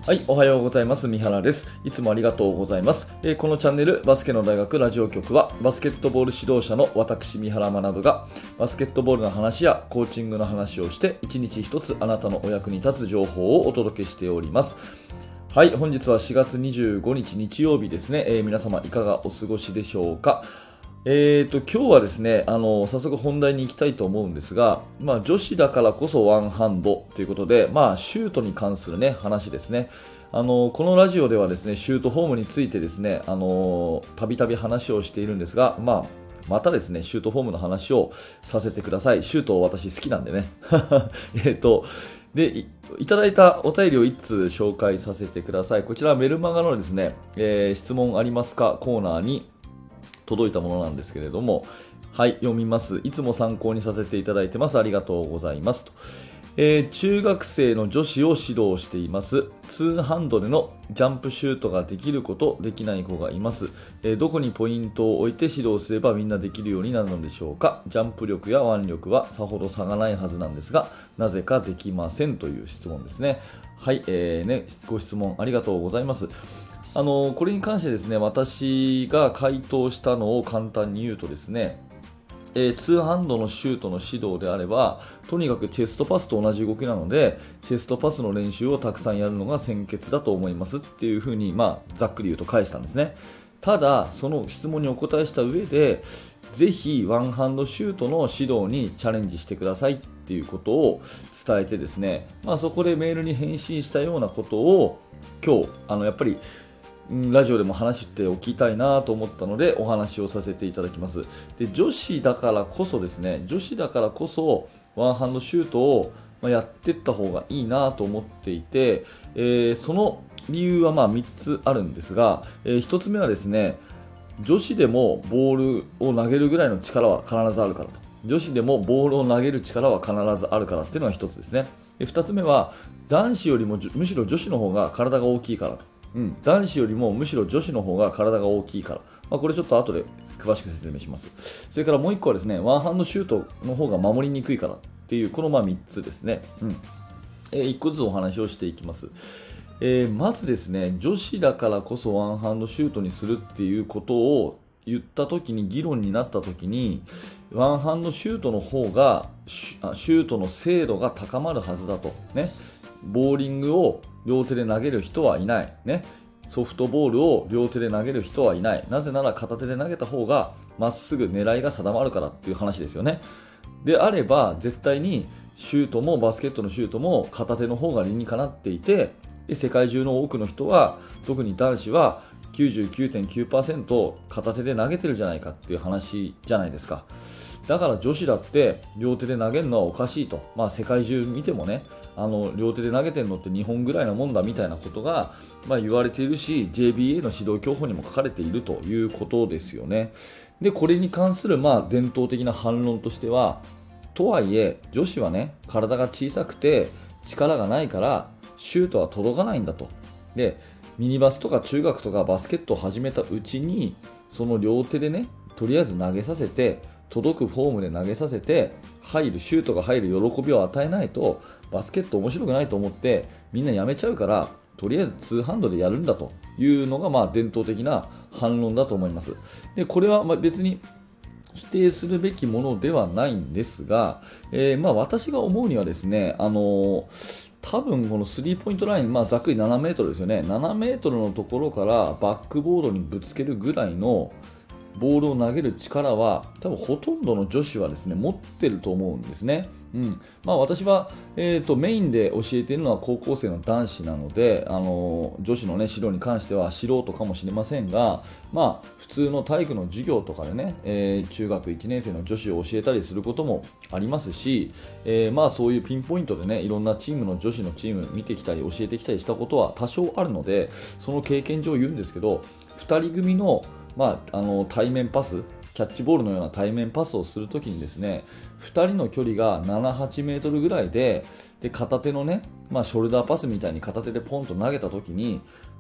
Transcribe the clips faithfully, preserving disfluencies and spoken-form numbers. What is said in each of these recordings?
はい、おはようございます。三原です。いつもありがとうございます。えーこのチャンネル、バスケの大学ラジオ局は、バスケットボール指導者の私、三原学が、バスケットボールの話やコーチングの話をして、一日一つあなたのお役に立つ情報をお届けしております。はい、本日はしがつにじゅうごにち日曜日ですね。えー皆様いかがお過ごしでしょうか。えーと、今日はですね、あの、早速本題に行きたいと思うんですが、まあ、女子だからこそワンハンドということで、まあ、シュートに関するね、話ですね。あの、このラジオではですね、シュートフォームについてですね、あの、たびたび話をしているんですが、まあ、またですね、シュートフォームの話をさせてください。シュート私好きなんでね。えっと、でい、いただいたお便りを一通紹介させてください。こちらメルマガのですね、えー質問ありますかコーナーに届いたものなんですけれども、はい、読みます。いつも参考にさせていただいてます。ありがとうございますと。えー中学生の女子を指導しています。ツーハンドでのジャンプシュートができる子とできない子がいます。えーどこにポイントを置いて指導すればみんなできるようになるのでしょうか。ジャンプ力や腕力はさほど差がないはずなんですが、なぜかできませんという質問ですね。はい、えーね、ご質問ありがとうございます。あのこれに関してですね、私が回答したのを簡単に言うとですね、えー、ツーハンドのシュートの指導であれば、とにかくチェストパスと同じ動きなので、チェストパスの練習をたくさんやるのが先決だと思いますっていうふうに、まあ、ざっくり言うと返したんですね。ただ、その質問にお答えした上で、ぜひワンハンドシュートの指導にチャレンジしてくださいっていうことを伝えてですね、まあ、そこでメールに返信したようなことを今日、あのやっぱりうんラジオでも話しておきたいなと思ったのでお話をさせていただきます。で、女子だからこそですね、女子だからこそワンハンドシュートをまあやっていった方がいいなと思っていて、えーその理由はまあみっつあるんですが、えーひとつめはですね、女子でもボールを投げるぐらいの力は必ずあるからと。女子でもボールを投げる力は必ずあるからっていうのが一つですね。で、二つ目は男子よりもじゅむしろ女子の方が体が大きいからと。うん、男子よりもむしろ女子の方が体が大きいから、まあ、これちょっと後で詳しく説明します。それからもういっこはですね、ワンハンドシュートの方が守りにくいからっていうこのまあみっつですね。うんえー、いっこずつお話をしていきます。えーまずですね、女子だからこそワンハンドシュートにするっていうことを言った時に、議論になった時に、ワンハンドシュートの方がシュあシュートの精度が高まるはずだとね。ボーリングを両手で投げる人はいない、ね、ソフトボールを両手で投げる人はいない。なぜなら片手で投げた方がまっすぐ狙いが定まるからっていう話ですよね。であれば絶対にシュートもバスケットのシュートも片手の方が理にかなっていて、で世界中の多くの人は、特に男子は きゅうじゅうきゅうてんきゅうパーセント 片手で投げてるじゃないかっていう話じゃないですか。だから女子だって両手で投げるのはおかしいと、まあ、世界中見てもね、あの両手で投げてるのってにほんぐらいなもんだみたいなことが、まあ、言われているし、 ジェービーエー の指導教法にも書かれているということですよね。でこれに関するまあ伝統的な反論としては、とはいえ女子はね、体が小さくて力がないからシュートは届かないんだと。でミニバスとか中学とかバスケットを始めたうちに、その両手でね、とりあえず投げさせて、届くフォームで投げさせて、入るシュートが入る喜びを与えないとバスケット面白くないと思ってみんなやめちゃうから、とりあえずツーハンドでやるんだというのがまあ伝統的な反論だと思います。でこれはまあ別に否定するべきものではないんですが、えーまあ私が思うにはですね、あのー多分このスリーポイントライン、まあ、ざっくりななメートルですよね。ななメートルのところからバックボードにぶつけるぐらいのボールを投げる力は多分ほとんどの女子はですね持ってると思うんですね。うんまあ、私は、えーと、メインで教えているのは高校生の男子なので、あの女子の、ね、指導に関しては素人かもしれませんが、まあ、普通の体育の授業とかでね、えー、中学いちねん生の女子を教えたりすることもありますし、えーまあ、そういうピンポイントで、ね、いろんなチームの女子のチーム見てきたり教えてきたりしたことは多少あるので、その経験上言うんですけど、ふたり組のまあ、あの対面パス、キャッチボールのような対面パスをするときにですね、ふたりの距離がなな、はちメートルぐらいで、で片手のね、まあ、ショルダーパスみたいに片手でポンと投げたときに、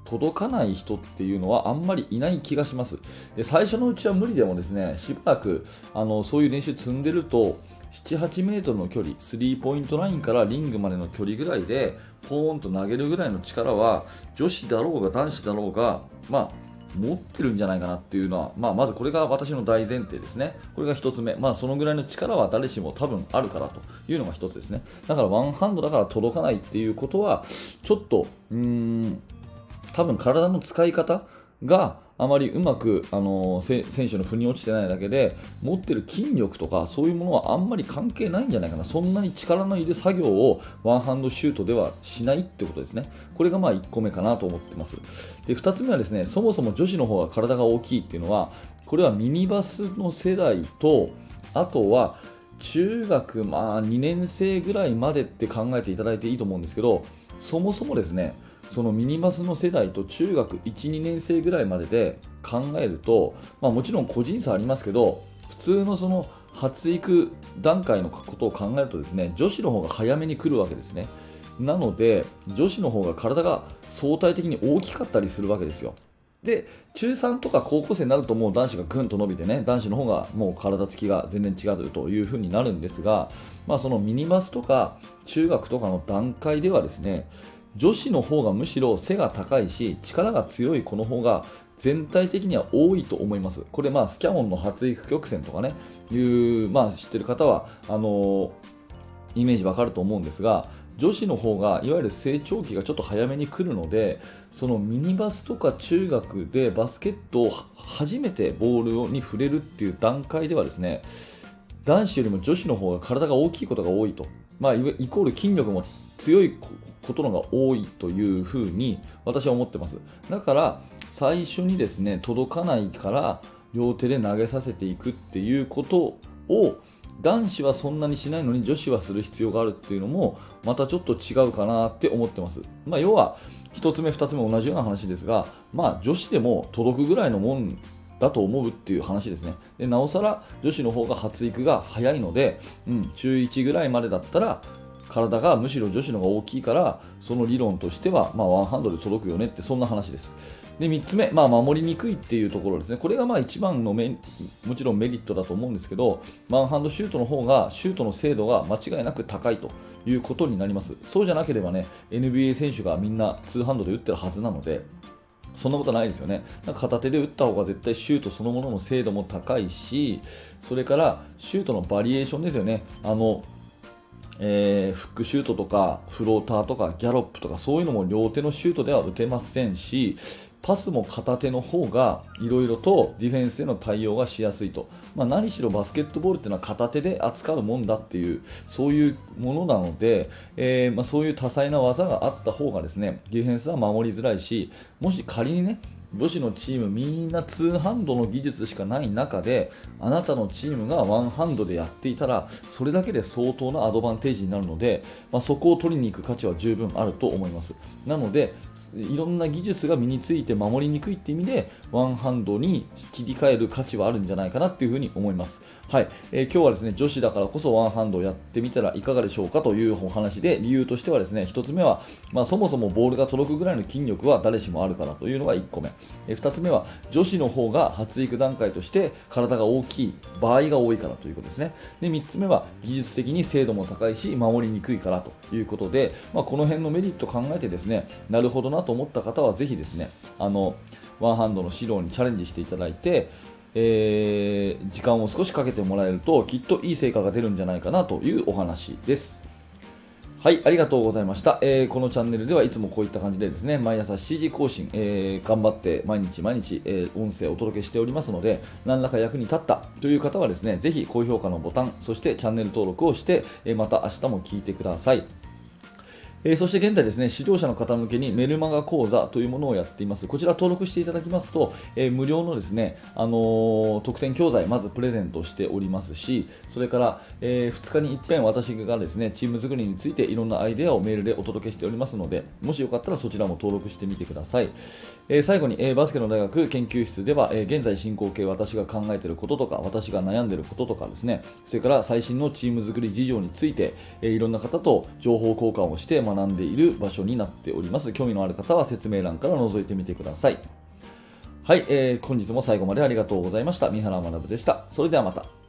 届かない人っていうのはあんまりいない気がします。で最初のうちは無理でもですね、しばらくあのそういう練習積んでると、なな、はちメートルの距離、スリーポイントラインからリングまでの距離ぐらいでポーンと投げるぐらいの力は女子だろうが男子だろうが、まあ持ってるんじゃないかなっていうのは、まあ、まずこれが私の大前提ですね。これが一つ目。まあ、そのぐらいの力は誰しも多分あるからというのが一つですね。だからワンハンドだから届かないっていうことは、ちょっと、うーん、多分体の使い方があまりうまく、あのー選手の腑に落ちてないだけで、持ってる筋力とかそういうものはあんまり関係ないんじゃないかな。そんなに力のいる作業をワンハンドシュートではしないってことですね。これがまあいっこめかなと思ってます。でふたつめはですね、そもそも女子の方が体が大きいっていうのは、これはミニバスの世代と、あとは中学、まあ、にねん生ぐらいまでって考えていただいていいと思うんですけど、そもそもですね、そのミニバスの世代と中学いち、にねん生ぐらいまでで考えると、まあ、もちろん個人差ありますけど、普通のその発育段階のことを考えるとですね、女子の方が早めに来るわけですね。なので女子の方が体が相対的に大きかったりするわけですよ。で中さんとか高校生になるともう男子がぐんと伸びてね、男子の方がもう体つきが全然違うという風になるんですが、まあ、そのミニバスとか中学とかの段階ではですね、女子の方がむしろ背が高いし力が強い子の方が全体的には多いと思います。これまあスキャモンの発育曲線とかねいう、まあ、知ってる方はあのー、イメージわかると思うんですが、女子の方がいわゆる成長期がちょっと早めに来るので、そのミニバスとか中学でバスケットを初めてボールに触れるっていう段階ではですね、男子よりも女子の方が体が大きいことが多いと、まあ、イコール筋力も強いことのが多いというふうに私は思ってます。だから最初にですね、届かないから両手で投げさせていくっていうことを男子はそんなにしないのに女子はする必要があるっていうのもまたちょっと違うかなって思ってます。まあ、要はひとつめふたつめ同じような話ですが、まあ、女子でも届くぐらいのもんだと思うっていう話ですね。でなおさら女子の方が発育が早いので、うん、中いちぐらいまでだったら体がむしろ女子の方が大きいから、その理論としては、まあ、ワンハンドで届くよねって、そんな話です。でみっつめ、まあ、守りにくいっていうところですね。これがまあ一番のメもちろんメリットだと思うんですけど、ワンハンドシュートの方がシュートの精度が間違いなく高いということになります。そうじゃなければね エヌビーエー 選手がみんなツーハンドで打ってるはずなので、そんなことないですよね。なんか片手で打った方が絶対シュートそのものの精度も高いし、それからシュートのバリエーションですよね。あのえー、フックシュートとかフローターとかギャロップとかそういうのも両手のシュートでは打てませんし、パスも片手の方がいろいろとディフェンスへの対応がしやすいと、まあ、何しろバスケットボールっていうのは片手で扱うもんだっていう、そういうものなので、えーまあ、そういう多彩な技があった方がですね、ディフェンスは守りづらいし、もし仮にね女子のチームみんなツーハンドの技術しかない中で、あなたのチームがワンハンドでやっていたらそれだけで相当なアドバンテージになるので、まあ、そこを取りに行く価値は十分あると思います。なのでいろんな技術が身について守りにくいっていう意味でワンハンドに切り替える価値はあるんじゃないかなっていうふうに思います。はい、えー、今日はですね女子だからこそワンハンドをやってみたらいかがでしょうかというお話で、理由としてはですね、ひとつめは、まあ、そもそもボールが届くぐらいの筋力は誰しもあるからというのがいっこめ、えー、ふたつめは女子の方が発育段階として体が大きい場合が多いからということですね。でみっつめは技術的に精度も高いし守りにくいからということで、まあ、この辺のメリットを考えてですね、なるほどなと思った方はぜひですね、あのワンハンドの指導にチャレンジしていただいて、えー、時間を少しかけてもらえるときっといい成果が出るんじゃないかなというお話です。はい、ありがとうございました。えー、このチャンネルではいつもこういった感じでですね、毎朝しちじ更新、えー、頑張って毎日毎日、えー、音声をお届けしておりますので、何らか役に立ったという方はですね、ぜひ高評価のボタン、そしてチャンネル登録をして、えー、また明日も聞いてください。えー、そして現在ですね、指導者の方向けにメルマガ講座というものをやっています。こちら登録していただきますと、えー、無料のですね、あのー、特典教材まずプレゼントしておりますし、それから、えー、ふつかに一遍私がですね、チーム作りについていろんなアイデアをメールでお届けしておりますので、もしよかったらそちらも登録してみてください。えー、最後に、えー、バスケの大学研究室では、えー、現在進行形、私が考えていることとか、私が悩んでいることとかですね、それから最新のチーム作り事情について、えー、いろんな方と情報交換をして学学んでいる場所になっております。興味のある方は説明欄から覗いてみてください。はい、えー、本日も最後までありがとうございました。三原学でした。それではまた。